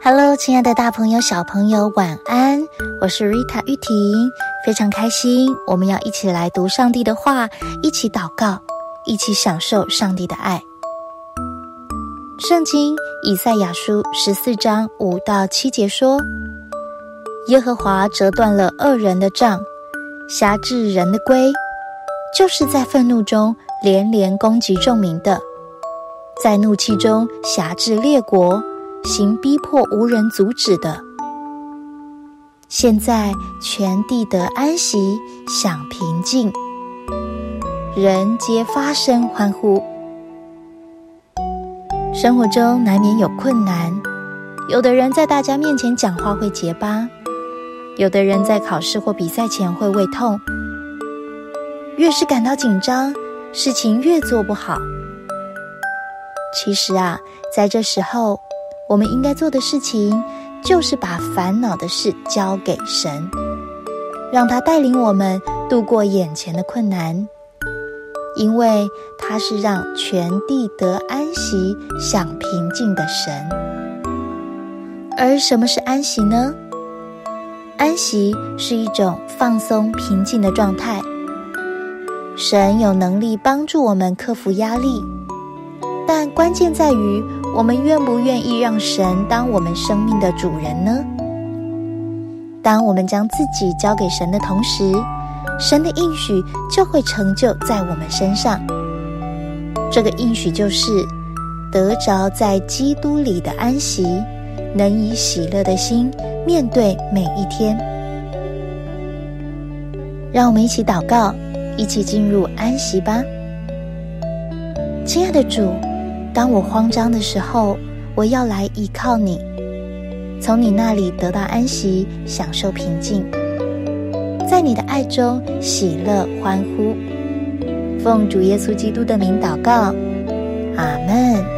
Hello， 亲爱的大朋友、小朋友，晚安！我是 Rita 玉婷，非常开心，我们要一起来读上帝的话，一起祷告，一起享受上帝的爱。圣经以赛亚书14章5到7节说：耶和华折断了恶人的杖，辖制人的规，就是在愤怒中连连攻击众民的，在怒气中辖制列国，行逼迫无人阻止的。现在全地得安息，享平静，人皆发声欢呼。生活中难免有困难，有的人在大家面前讲话会结巴，有的人在考试或比赛前会胃痛。越是感到紧张，事情越做不好。其实在这时候，我们应该做的事情就是把烦恼的事交给神，让他带领我们度过眼前的困难，因为他是让全地得安息、享平静的神。而什么是安息呢？安息是一种放松、平静的状态。神有能力帮助我们克服压力，但关键在于我们愿不愿意让神当我们生命的主人呢？当我们将自己交给神的同时，神的应许就会成就在我们身上。这个应许就是得着在基督里的安息，能以喜乐的心面对每一天。让我们一起祷告，一起进入安息吧。亲爱的主，当我慌张的时候，我要来依靠你，从你那里得到安息，享受平静，在你的爱中喜乐欢呼。奉主耶稣基督的名祷告，阿们。